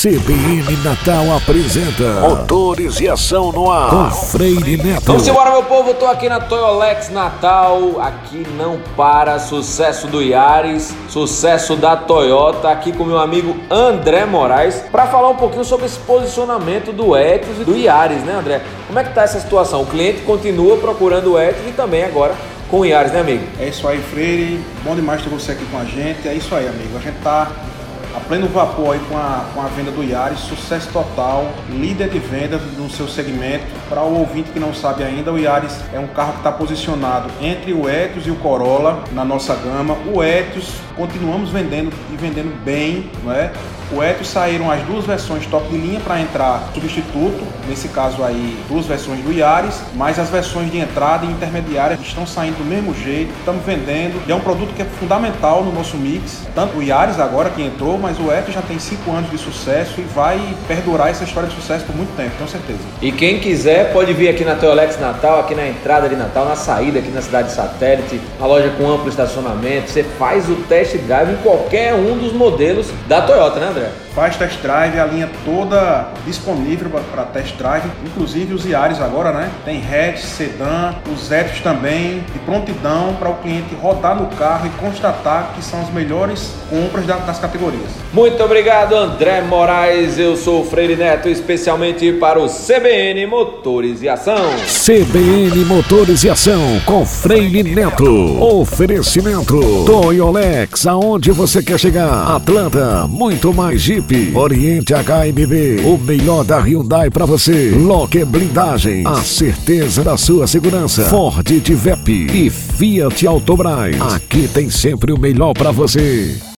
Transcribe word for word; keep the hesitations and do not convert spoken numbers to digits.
C B N Natal apresenta Motores e Ação no Ar com Freire Neto. Vamos embora, meu povo, eu tô aqui na Toyolex Natal. Aqui não para, sucesso do Yaris, sucesso da Toyota. Aqui com meu amigo André Moraes para falar um pouquinho sobre esse posicionamento do Etios e do Yaris, né, André? Como é que tá essa situação? O cliente continua procurando o Etios e também agora com o Yaris, né, amigo? É isso aí, Freire. Bom demais ter você aqui com a gente. É isso aí, amigo. A gente tá a pleno vapor aí com a, com a venda do Yaris, sucesso total, líder de venda no seu segmento. Para o ouvinte que não sabe ainda, o Yaris é um carro que está posicionado entre o Etios e o Corolla na nossa gama. O Etios continuamos vendendo e vendendo bem, não é? O Etios saíram as duas versões top de linha para entrar substituto, nesse caso aí duas versões do Yaris, mas as versões de entrada e intermediária estão saindo do mesmo jeito, estamos vendendo, e é um produto que é fundamental no nosso mix, tanto o Yaris agora que entrou, mas o Etios já tem cinco anos de sucesso e vai perdurar essa história de sucesso por muito tempo, tenho certeza. E quem quiser pode vir aqui na Toyolex Natal, aqui na entrada de Natal, na saída aqui na cidade de Satélite, uma loja com amplo estacionamento, você faz o test drive em qualquer um dos modelos da Toyota, né, André? Faz test drive, a linha toda disponível para test drive, inclusive os Yaris agora, né? Tem hatch, sedã, os Etios também, de prontidão para o cliente rodar no carro e constatar que são as melhores compras das categorias. Muito obrigado, André Moraes. Eu sou o Freire Neto, especialmente para o C B N Motores e Ação. C B N Motores e Ação com Freire Neto. Oferecimento Toyolex, aonde você quer chegar? Atlanta, muito mais Jeep. Oriente H M B, o melhor da Hyundai para você. Locker Blindagens, a certeza da sua segurança. Ford Divep e Fiat Autobras. Aqui tem sempre o melhor para você.